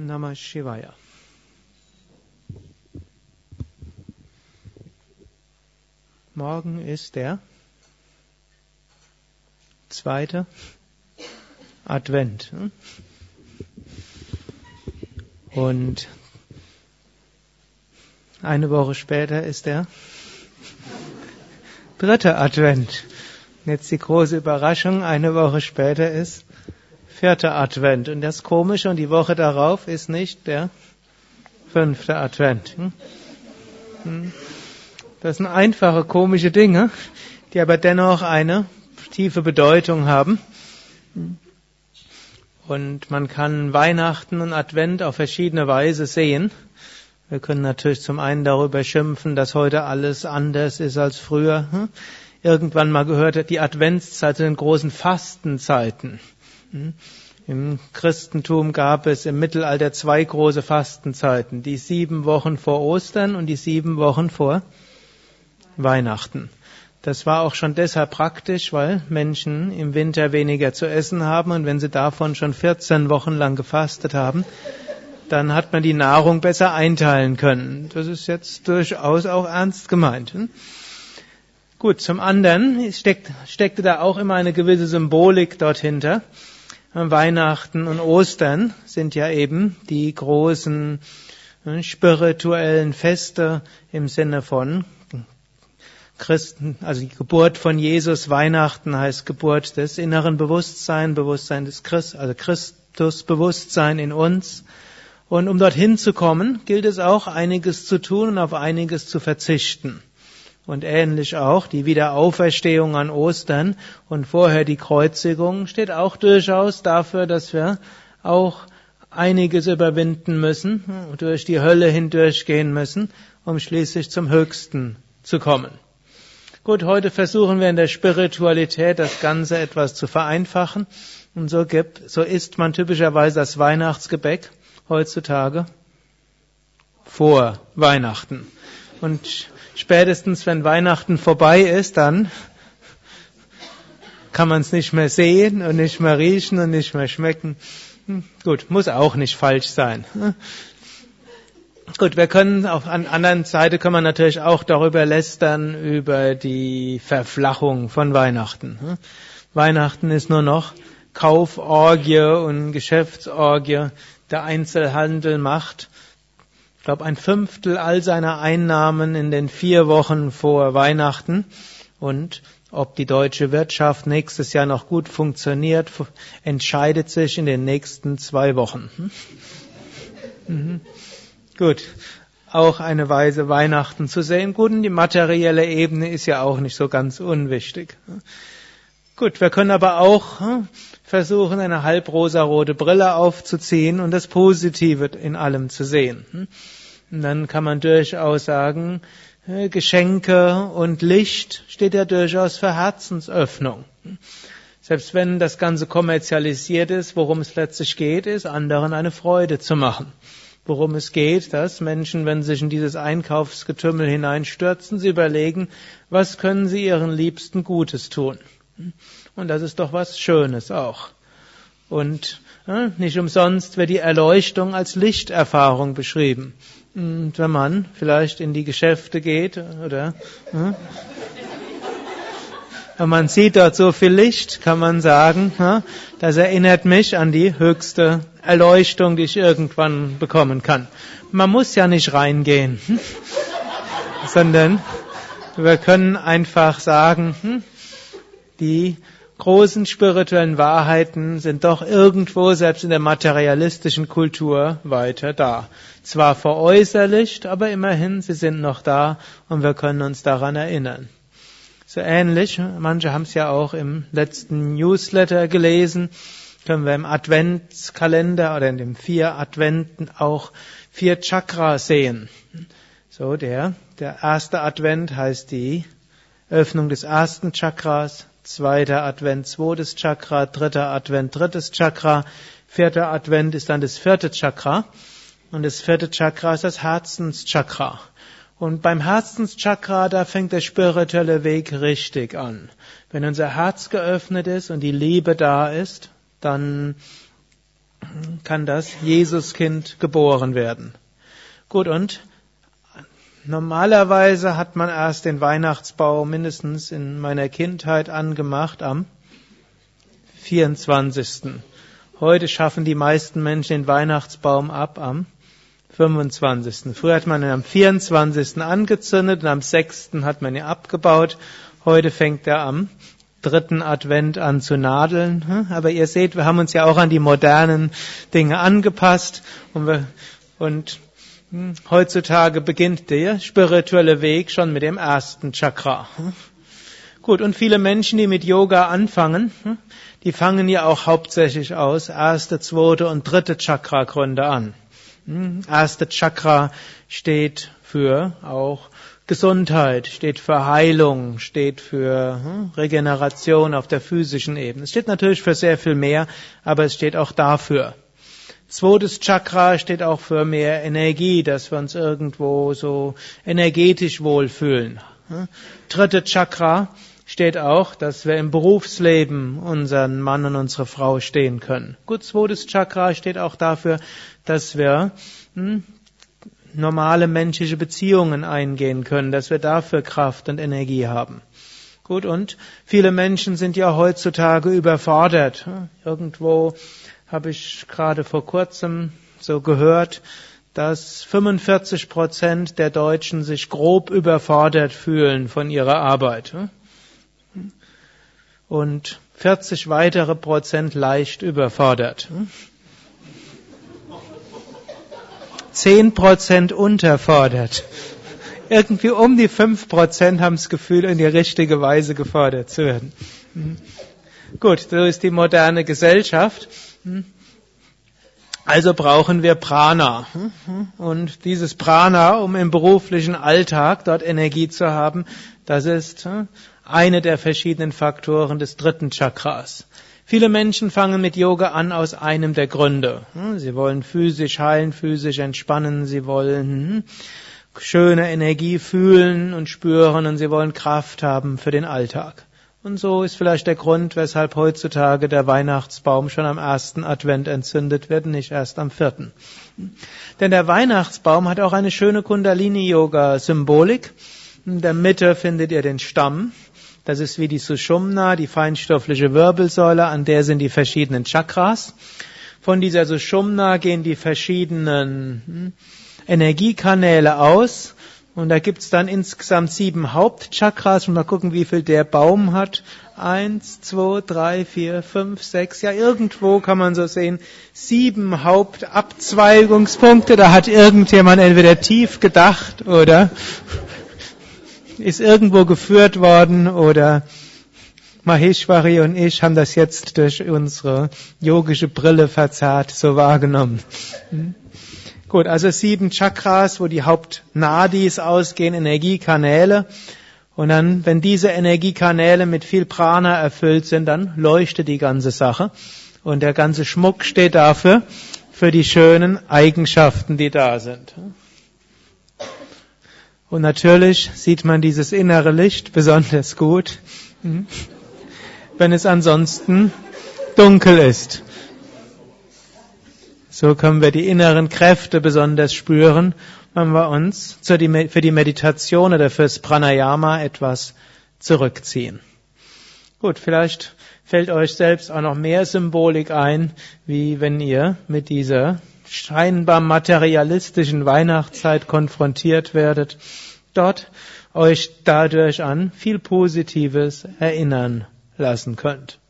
Namah Shivaya. Morgen ist der zweite Advent. Und eine Woche später ist der dritte Advent. Jetzt die große Überraschung, eine Woche später ist vierter Advent. Und das Komische, und die Woche darauf ist nicht der fünfte Advent. Das sind einfache, komische Dinge, die aber dennoch eine tiefe Bedeutung haben. Und man kann Weihnachten und Advent auf verschiedene Weise sehen. Wir können natürlich zum einen darüber schimpfen, dass heute alles anders ist als früher. Irgendwann mal gehört, die Adventszeit zu den großen Fastenzeiten. Im Christentum gab es im Mittelalter 2 große Fastenzeiten. Die 7 Wochen vor Ostern und die 7 Wochen vor Weihnachten. Das war auch schon deshalb praktisch, weil Menschen im Winter weniger zu essen haben, und wenn sie davon schon 14 Wochen lang gefastet haben, dann hat man die Nahrung besser einteilen können. Das ist jetzt durchaus auch ernst gemeint. Gut, zum anderen steckte da auch immer eine gewisse Symbolik dort hinter. Weihnachten und Ostern sind ja eben die großen spirituellen Feste im Sinne von Christen, also die Geburt von Jesus. Weihnachten heißt Geburt des inneren Bewusstseins, Bewusstsein des Christusbewusstsein in uns. Und um dorthin zu kommen, gilt es auch, einiges zu tun und auf einiges zu verzichten. Und ähnlich auch die Wiederauferstehung an Ostern und vorher die Kreuzigung steht auch durchaus dafür, dass wir auch einiges überwinden müssen, durch die Hölle hindurchgehen müssen, um schließlich zum Höchsten zu kommen. Gut, heute versuchen wir in der Spiritualität das Ganze etwas zu vereinfachen. Und so isst man typischerweise das Weihnachtsgebäck heutzutage vor Weihnachten. Und spätestens, wenn Weihnachten vorbei ist, dann kann man es nicht mehr sehen und nicht mehr riechen und nicht mehr schmecken. Gut, muss auch nicht falsch sein. Gut, wir können auf der anderen Seite können wir natürlich auch darüber lästern, über die Verflachung von Weihnachten. Weihnachten ist nur noch Kauforgie und Geschäftsorgie. Der Einzelhandel macht, ich glaube, 1/5 all seiner Einnahmen in den 4 Wochen vor Weihnachten. Und ob die deutsche Wirtschaft nächstes Jahr noch gut funktioniert, entscheidet sich in den nächsten 2 Wochen. Gut, auch eine Weise, Weihnachten zu sehen. Gut, und die materielle Ebene ist ja auch nicht so ganz unwichtig. Gut, wir können aber auch versuchen, eine halbrosarote Brille aufzuziehen und das Positive in allem zu sehen. Und dann kann man durchaus sagen, Geschenke und Licht steht ja durchaus für Herzensöffnung. Selbst wenn das Ganze kommerzialisiert ist, worum es letztlich geht, ist, anderen eine Freude zu machen. Worum es geht, dass Menschen, wenn sie sich in dieses Einkaufsgetümmel hineinstürzen, sie überlegen, was können sie ihren Liebsten Gutes tun. Und das ist doch was Schönes auch. Und nicht umsonst wird die Erleuchtung als Lichterfahrung beschrieben. Und wenn man vielleicht in die Geschäfte geht, oder wenn man sieht dort so viel Licht, kann man sagen, das erinnert mich an die höchste Erleuchtung, die ich irgendwann bekommen kann. Man muss ja nicht reingehen, sondern wir können einfach sagen, die großen spirituellen Wahrheiten sind doch irgendwo, selbst in der materialistischen Kultur, weiter da. Zwar veräußerlicht, aber immerhin, sie sind noch da und wir können uns daran erinnern. So ähnlich, manche haben es ja auch im letzten Newsletter gelesen, können wir im Adventskalender oder in den 4 Adventen auch 4 Chakras sehen. So, der erste Advent heißt die Öffnung des ersten Chakras, 2. Advent, 2. Chakra, 3. Advent, 3. Chakra, 4. Advent ist dann das 4. Chakra und das 4. Chakra ist das Herzenschakra. Und beim Herzenschakra, da fängt der spirituelle Weg richtig an. Wenn unser Herz geöffnet ist und die Liebe da ist, dann kann das Jesuskind geboren werden. Gut, und normalerweise hat man erst den Weihnachtsbaum mindestens in meiner Kindheit angemacht am 24. Heute schaffen die meisten Menschen den Weihnachtsbaum ab am 25. Früher hat man ihn am 24. angezündet und am 6. hat man ihn abgebaut. Heute fängt er am 3. Advent an zu nadeln. Aber ihr seht, wir haben uns ja auch an die modernen Dinge angepasst und heutzutage beginnt der spirituelle Weg schon mit dem ersten Chakra. Gut, und viele Menschen, die mit Yoga anfangen, die fangen ja auch hauptsächlich aus erste, zweite und dritte Chakra-Gründe an. Erste Chakra steht für auch Gesundheit, steht für Heilung, steht für Regeneration auf der physischen Ebene. Es steht natürlich für sehr viel mehr, aber es steht auch dafür. Zweites Chakra steht auch für mehr Energie, dass wir uns irgendwo so energetisch wohlfühlen. Dritte Chakra steht auch, dass wir im Berufsleben unseren Mann und unsere Frau stehen können. Gut, zweites Chakra steht auch dafür, dass wir normale menschliche Beziehungen eingehen können, dass wir dafür Kraft und Energie haben. Gut, und viele Menschen sind ja heutzutage überfordert. Irgendwo habe ich gerade vor kurzem so gehört, dass 45% der Deutschen sich grob überfordert fühlen von ihrer Arbeit. Und 40 weitere Prozent leicht überfordert. 10% unterfordert. Irgendwie um die 5% haben das Gefühl, in die richtige Weise gefordert zu werden. Gut, so ist die moderne Gesellschaft. Also brauchen wir Prana. Und dieses Prana, um im beruflichen Alltag dort Energie zu haben, das ist eine der verschiedenen Faktoren des dritten Chakras. Viele Menschen fangen mit Yoga an aus einem der Gründe. Sie wollen physisch heilen, physisch entspannen, sie wollen schöne Energie fühlen und spüren und sie wollen Kraft haben für den Alltag. Und so ist vielleicht der Grund, weshalb heutzutage der Weihnachtsbaum schon am 1. Advent entzündet wird, nicht erst am 4. Denn der Weihnachtsbaum hat auch eine schöne Kundalini-Yoga-Symbolik. In der Mitte findet ihr den Stamm. Das ist wie die Sushumna, die feinstoffliche Wirbelsäule, an der sind die verschiedenen Chakras. Von dieser Sushumna gehen die verschiedenen Energiekanäle aus. Und da gibt's dann insgesamt 7 Hauptchakras. Und mal gucken, wie viel der Baum hat. 1, 2, 3, 4, 5, 6. Ja, irgendwo kann man so sehen, 7 Hauptabzweigungspunkte. Da hat irgendjemand entweder tief gedacht oder ist irgendwo geführt worden oder Maheshwari und ich haben das jetzt durch unsere yogische Brille verzerrt so wahrgenommen. Gut, also 7 Chakras, wo die Hauptnadis ausgehen, Energiekanäle. Und dann, wenn diese Energiekanäle mit viel Prana erfüllt sind, dann leuchtet die ganze Sache. Und der ganze Schmuck steht dafür, für die schönen Eigenschaften, die da sind. Und natürlich sieht man dieses innere Licht besonders gut, wenn es ansonsten dunkel ist. So können wir die inneren Kräfte besonders spüren, wenn wir uns für die Meditation oder fürs Pranayama etwas zurückziehen. Gut, vielleicht fällt euch selbst auch noch mehr Symbolik ein, wie wenn ihr mit dieser scheinbar materialistischen Weihnachtszeit konfrontiert werdet, dort euch dadurch an viel Positives erinnern lassen könnt.